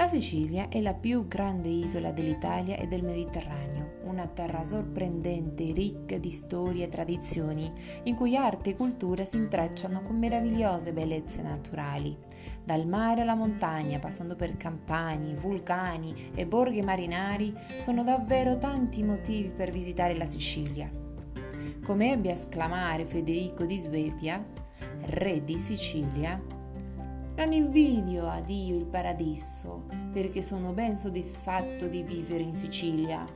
La Sicilia è la più grande isola dell'Italia e del Mediterraneo, una terra sorprendente, ricca di storie e tradizioni, in cui arte e cultura si intrecciano con meravigliose bellezze naturali. Dal mare alla montagna, passando per campani, vulcani e borghi marinari, sono davvero tanti motivi per visitare la Sicilia. Come ebbe a esclamare Federico di Svevia, re di Sicilia: non invidio a Dio il paradiso, perché sono ben soddisfatto di vivere in Sicilia.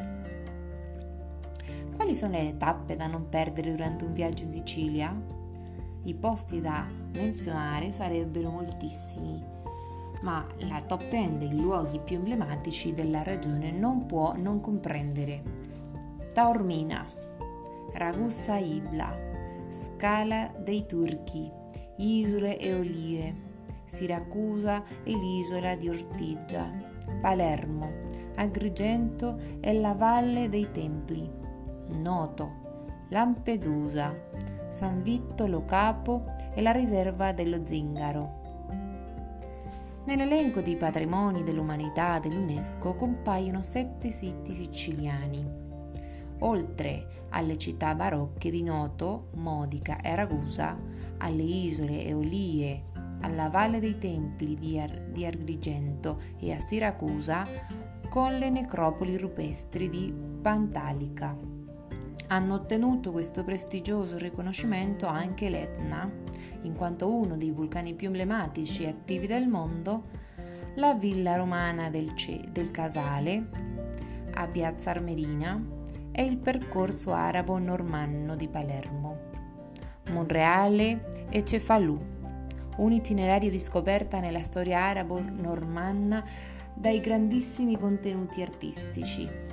Quali sono le tappe da non perdere durante un viaggio in Sicilia? I posti da menzionare sarebbero moltissimi, ma la top 10 dei luoghi più emblematici della regione non può non comprendere Taormina, Ragusa Ibla, Scala dei Turchi, Isole Eolie, Siracusa e l'isola di Ortigia, Palermo, Agrigento e la Valle dei Templi, Noto, Lampedusa, San Vitto Lo Capo e la riserva dello Zingaro. Nell'elenco dei patrimoni dell'umanità dell'UNESCO compaiono 7 siti siciliani. Oltre alle città barocche di Noto, Modica e Ragusa, alle isole Eolie, alla Valle dei Templi di Agrigento e a Siracusa, con le necropoli rupestri di Pantalica. Hanno ottenuto questo prestigioso riconoscimento anche l'Etna, in quanto uno dei vulcani più emblematici e attivi del mondo, la villa romana del Casale, a Piazza Armerina, e il percorso arabo-normanno di Palermo, Monreale e Cefalù, un itinerario di scoperta nella storia arabo-normanna dai grandissimi contenuti artistici.